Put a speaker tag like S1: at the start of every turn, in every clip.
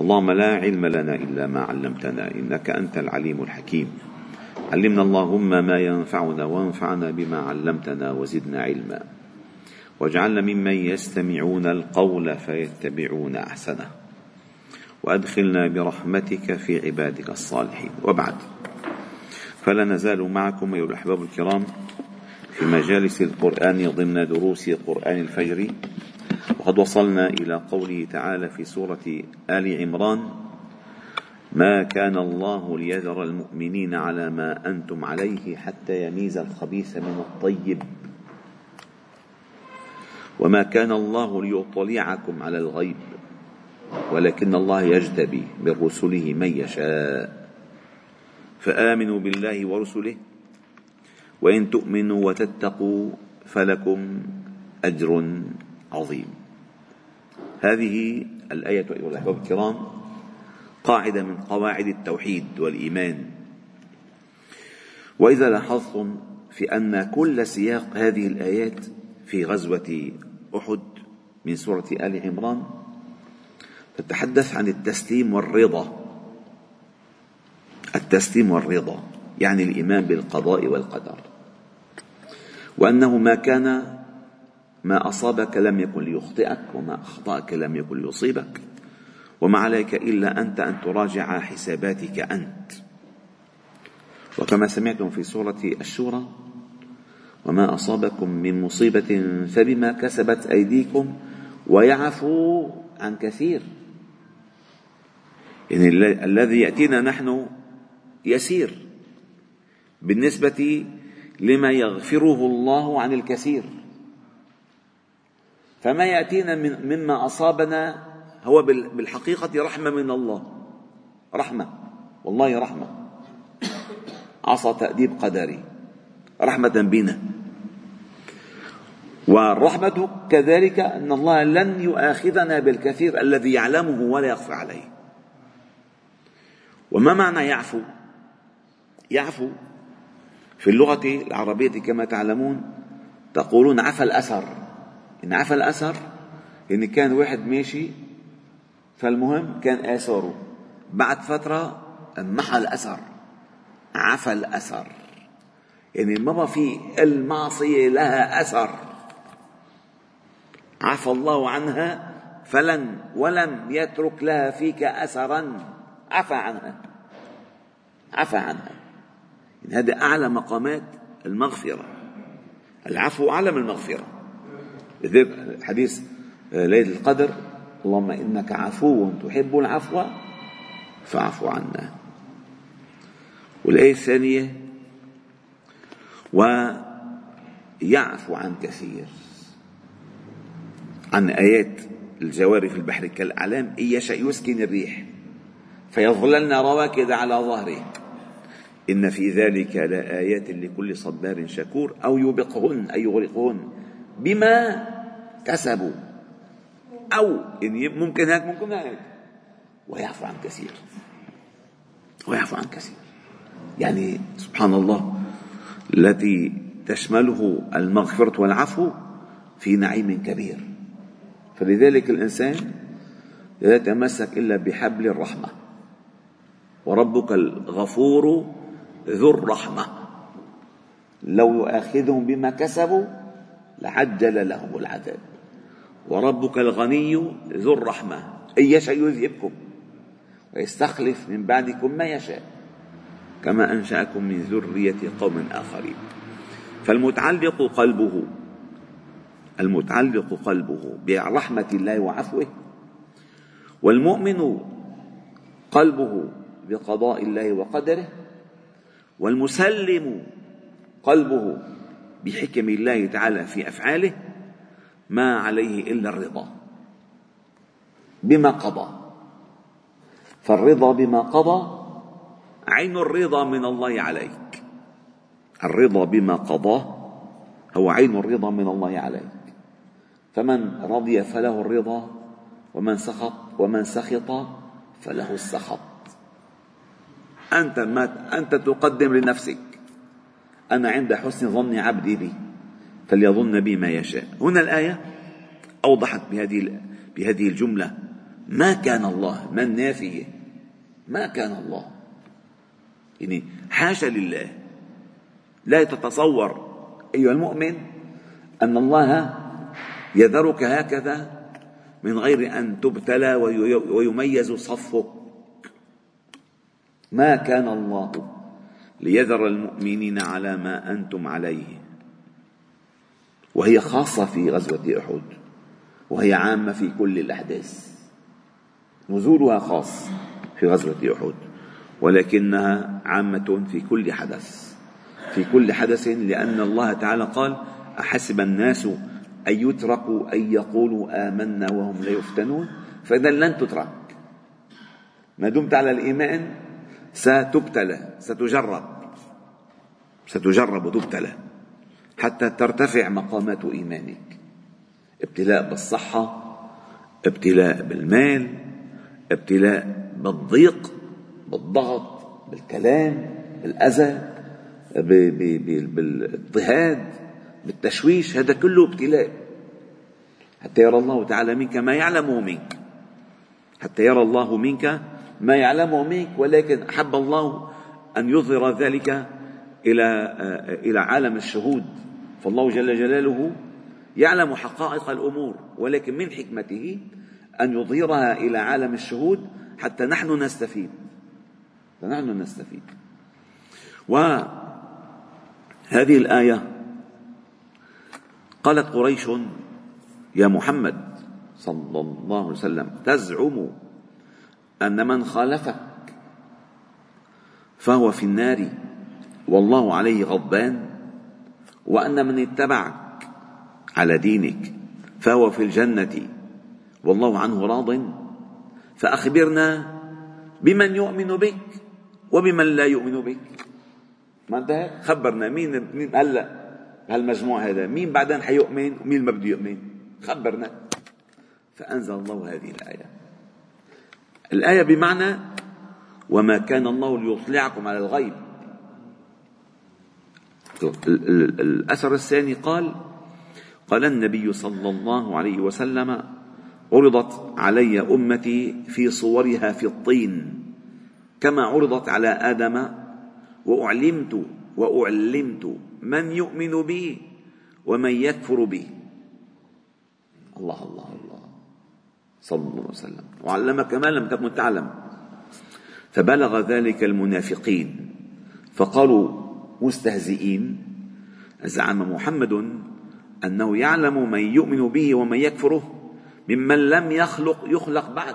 S1: اللهم لا علم لنا إلا ما علمتنا إنك أنت العليم الحكيم. علمنا اللهم ما ينفعنا وانفعنا بما علمتنا وزدنا علما، واجعلنا ممن يستمعون القول فيتبعون أحسنه، وأدخلنا برحمتك في عبادك الصالحين. وبعد، فلا نزال معكم أيها الأحباب الكرام في مجالس القرآن ضمن دروس قرآن الفجر، وقد وصلنا إلى قوله تعالى في سورة آل عمران: ما كان الله ليذر المؤمنين على ما أنتم عليه حتى يميز الخبيث من الطيب، وما كان الله ليطلعكم على الغيب ولكن الله يجتبي من رسله من يشاء، فآمنوا بالله ورسله وإن تؤمنوا وتتقوا فلكم أجر عظيم. هذه الآية أيها الأحباب الكرام قاعدة من قواعد التوحيد والإيمان. وإذا لاحظتم في أن كل سياق هذه الآيات في غزوة أحد من سورة آل عمران تتحدث عن التسليم والرضا. التسليم والرضا يعني الإيمان بالقضاء والقدر، وأنه ما أصابك لم يكن ليخطئك، وما أخطأك لم يكن ليصيبك، وما عليك إلا أنت أن تراجع حساباتك أنت. وكما سمعتم في سورة الشورى: وما أصابكم من مصيبة فبما كسبت أيديكم ويعفو عن كثير. يعني الذي يأتينا نحن يسير بالنسبة لما يغفره الله عن الكثير، فما يأتينا مما أصابنا هو بالحقيقة رحمة من الله، رحمة والله، رحمة عصا تأديب قدري، رحمة بنا. والرحمة كذلك أن الله لن يؤاخذنا بالكثير الذي يعلمه ولا يخفى عليه. وما معنى يعفو؟ يعفو في اللغة العربية كما تعلمون تقولون عفى الأثر. إن عفى الأثر يعني كان واحد ماشي، فالمهم كان آثاره بعد فترة محى الأثر، عفى الأثر، يعني ما في المعصية لها أثر، عفى الله عنها ولم يترك لها فيك أثرا، عفى عنها، عفى عنها. يعني هذا أعلى مقامات المغفرة، العفو أعلى من المغفرة. لذلك حديث ليلة القدر: اللهم إنك عفو تحب العفو فاعف عنا. والآية الثانية: ويعفو عن كثير، عن آيات الجوار في البحر كالأعلام إن يشأ يسكن الريح فيظللن رواكد على ظهره إن في ذلك لآيات لكل صبار شكور أو يوبقهن أي يغرقهن بما كسبوا، أو يعني ممكن هيك ممكن هيك، ويعفو عن كثير، ويعفو عن كثير. يعني سبحان الله الذي تشمله المغفرة والعفو في نعيم كبير. فلذلك الإنسان لا يتمسك إلا بحبل الرحمة، وربك الغفور ذو الرحمة لو يؤاخذهم بما كسبوا لعجل لهم العذاب، وربك الغني ذو الرحمة إن يشأ يذهبكم ويستخلف من بعدكم ما يشاء كما أنشأكم من ذرية قوم آخرين. فالمتعلق قلبه برحمة الله وعفوه، والمؤمن قلبه بقضاء الله وقدره، والمسلم قلبه بحكم الله تعالى في أفعاله، ما عليه إلا الرضا بما قضى. فالرضا بما قضى عين الرضا من الله عليك. الرضا بما قضاه هو عين الرضا من الله عليك. فمن رضي فله الرضا، ومن سخط فله السخط. أنت تقدم لنفسك: أنا عند حسن ظن عبدي بي فليظن بي ما يشاء. هنا الآية أوضحت بهذه الجملة ما كان الله، ما النافية، ما كان الله، يعني حاشا لله. لا تتصور أيها المؤمن أن الله يذرك هكذا من غير أن تبتلى ويميز صفك. ما كان الله ليذر المؤمنين على ما أنتم عليه. وهي خاصة في غزوة أحد، وهي عامة في كل الأحداث. نزولها خاص في غزوة أحد، ولكنها عامة في كل حدث، في كل حدث، لأن الله تعالى قال: أحسب الناس أن يتركوا أن يقولوا آمنا وهم لا يفتنون. فإذا لن تترك، ما دمت على الإيمان ستبتلى، ستجرب وتبتلى حتى ترتفع مقامات إيمانك. ابتلاء بالصحة، ابتلاء بالمال، ابتلاء بالضيق، بالضغط، بالكلام، بالأذى، بالاضطهاد، بالتشويش. هذا كله ابتلاء حتى يرى الله تعالى منك ما يعلمه منك، حتى يرى الله منك ما يعلمه منك. ولكن أحب الله أن يظهر ذلك إلى عالم الشهود. فالله جل جلاله يعلم حقائق الأمور، ولكن من حكمته أن يظهرها إلى عالم الشهود حتى نحن نستفيد. وهذه الآية قالت قريش: يا محمد صلى الله عليه وسلم، تزعم أن من خالفك فهو في النار والله عليه غضبان، وأن من اتبعك على دينك فهو في الجنة والله عنه راض. فأخبرنا بمن يؤمن بك وبمن لا يؤمن بك. ما انتهى؟ خبرنا مين هلا هالمجموع هذا، مين بعدين حيؤمن ومين ما بده يؤمن، خبرنا. فأنزل الله هذه الآية بمعنى: وما كان الله ليطلعكم على الغيب. الأثر الثاني قال النبي صلى الله عليه وسلم: عرضت علي أمتي في صورها في الطين كما عرضت على آدم، وأعلمت من يؤمن بي ومن يكفر بي. الله الله الله، صلى الله عليه وسلم، وعلمك ما لم تكن تعلم. فبلغ ذلك المنافقين فقالوا مستهزئين: زعم محمد أنه يعلم من يؤمن به ومن يكفره ممن لم يخلق بعد،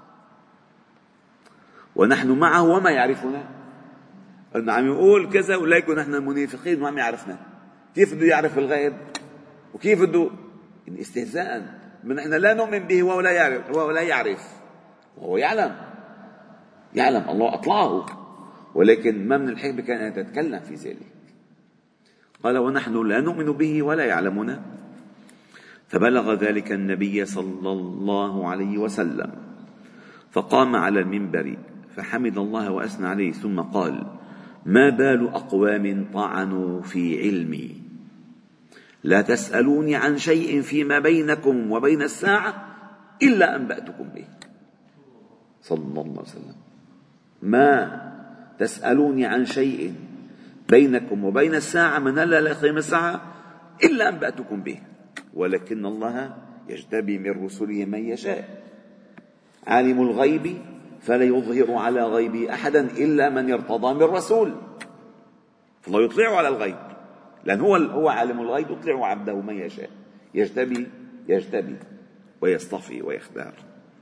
S1: ونحن معه وما يعرفنا. قلنا عم يقول كذا، ولكن نحن المنافقين وما يعرفنا. كيف بده يعرف الغيب؟ وكيف بده استهزاء من نحن لا نؤمن به وهو لا يعرف وهو يعلم الله أطلعه، ولكن ما من الحكمة كان أن تتكلم في ذلك. قال: ونحن لا نؤمن به ولا يعلمنا. فبلغ ذلك النبي صلى الله عليه وسلم، فقام على المنبر فحمد الله وأثنى عليه، ثم قال: ما بال أقوام طعنوا في علمي، لا تسألوني عن شيء فيما بينكم وبين الساعة إلا أنبأتكم به. صلى الله عليه وسلم: ما تسألوني عن شيء بينكم وبين الساعة، من هلا لقيام الساعة، إلا أنبأتكم به، ولكن الله يجتبي من رسله من يشاء. عالم الغيب فلا يظهر على غيبه أحدا إلا من يرتضى من رسول. فالله يطلع على الغيب، لأن هو عالم الغيب، يطلع عبده من يشاء، يجتبي ويصطفي ويختار.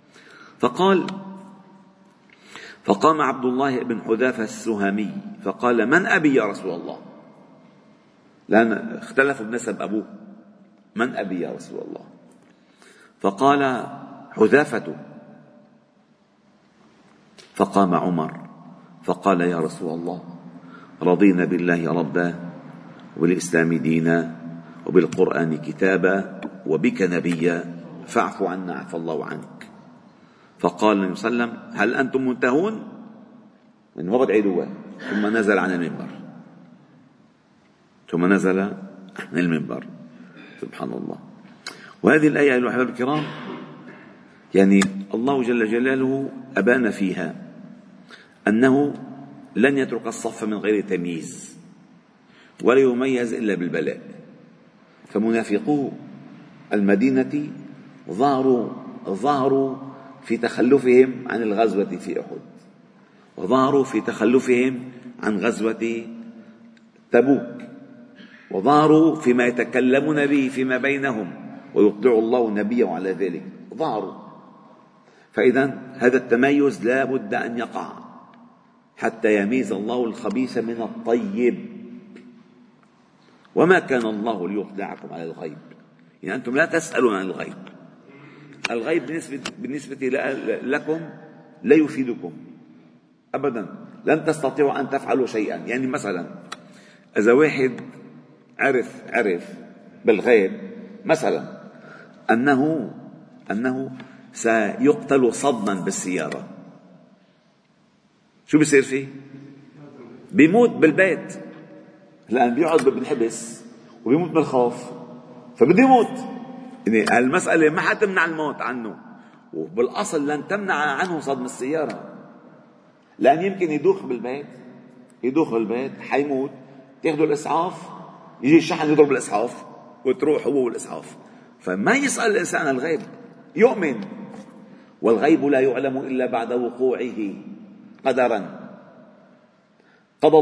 S1: فقام عبد الله بن حذافة السهمي فقال: من أبي يا رسول الله؟ لأن اختلفوا بنسب أبوه، من أبي يا رسول الله؟ فقال: حذافة. فقام عمر فقال: يا رسول الله، رضينا بالله ربا وبالإسلام دينا وبالقرآن كتابا وبك نبيا، فاعف عنا عفى الله عنك. فقال النبي صلى الله عليه وسلم: هل أنتم منتهون؟ من ما بدعوا. ثم نزل عن المنبر. سبحان الله. وهذه الآية أيها الأحباب الكرام يعني الله جل جلاله أبان فيها أنه لن يترك الصف من غير تمييز ولا يميز إلا بالبلاء. فمنافقو المدينة ظهروا في تخلفهم عن الغزوة في أحد، وظهروا في تخلفهم عن غزوة تبوك، وظهروا فيما يتكلمون به فيما بينهم ويطلع الله نبيه على ذلك، ظهروا. فإذا هذا التميز لا بد أن يقع حتى يميز الله الخبيث من الطيب. وما كان الله ليطلعكم على الغيب، يعني أنتم لا تسألون عن الغيب. الغيب بالنسبة لكم لا يفيدكم أبدا، لن تستطيعوا أن تفعلوا شيئا. يعني مثلا إذا واحد عرف بالغيب مثلا أنه سيقتل صدما بالسيارة، شو بيصير فيه؟ بيموت بالبيت، لأن بيقعد بالحبس وبيموت بالخوف، فبده يموت. يعني المسألة ما حتمنع الموت عنه، وبالأصل لن تمنع عنه صدم السيارة، لأن يمكن يدوخ بالبيت حيموت، تاخذوا الإسعاف، يجي الشحن يضرب الإسعاف وتروح هو والإسعاف. فما يسأل الإنسان عن الغيب، يؤمن. والغيب لا يعلم إلا بعد وقوعه قدرا. قضى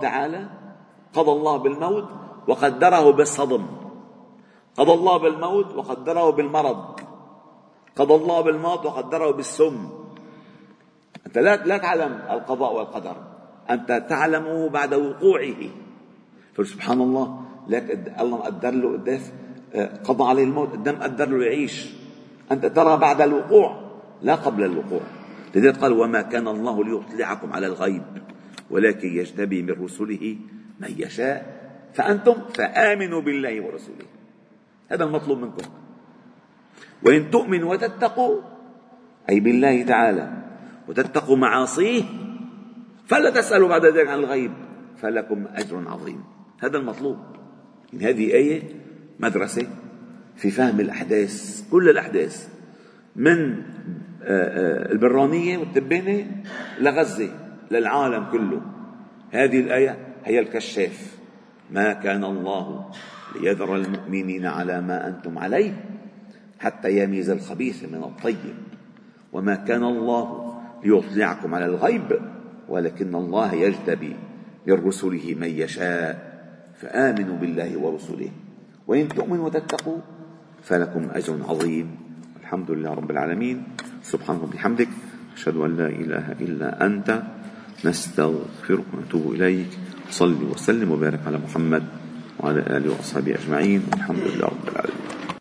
S1: الله بالموت وقدره بالصدم، قضى الله بالموت وقدره بالمرض، قضى الله بالموت وقدره بالسم. أنت لا تعلم القضاء والقدر، أنت تعلمه بعد وقوعه. فسبحان الله، لك الله قدر له قديش، قضى عليه الموت، الدم قدر له يعيش. أنت ترى بعد الوقوع لا قبل الوقوع. لذلك قال وما كان الله ليطلعكم على الغيب ولكن يجتبي من رسله من يشاء فأنتم فآمنوا بالله ورسوله. هذا المطلوب منكم. وإن تؤمنوا وتتقوا، أي بالله تعالى، وتتقوا معاصيه فلا تسألوا بعد ذلك عن الغيب فلكم أجر عظيم. هذا المطلوب. هذه آية مدرسة في فهم الأحداث، كل الأحداث من البرانية والتبانة لغزة للعالم كله. هذه الآية هي الكشاف. ما كان الله ليذر المؤمنين على ما أنتم عليه حتى يميز الخبيث من الطيب، وما كان الله ليطلعكم على الغيب ولكن الله يجتبي من رسله من يشاء فآمنوا بالله ورسله وإن تؤمنوا وتتقوا فلكم أجر عظيم. الحمد لله رب العالمين. سبحانك وبحمدك، أشهد أن لا إله إلا أنت، نستغفرك ونتوب إليك. صل وسلم وبارك على محمد وعلى آله وأصحابه أجمعين، والحمد لله رب العالمين.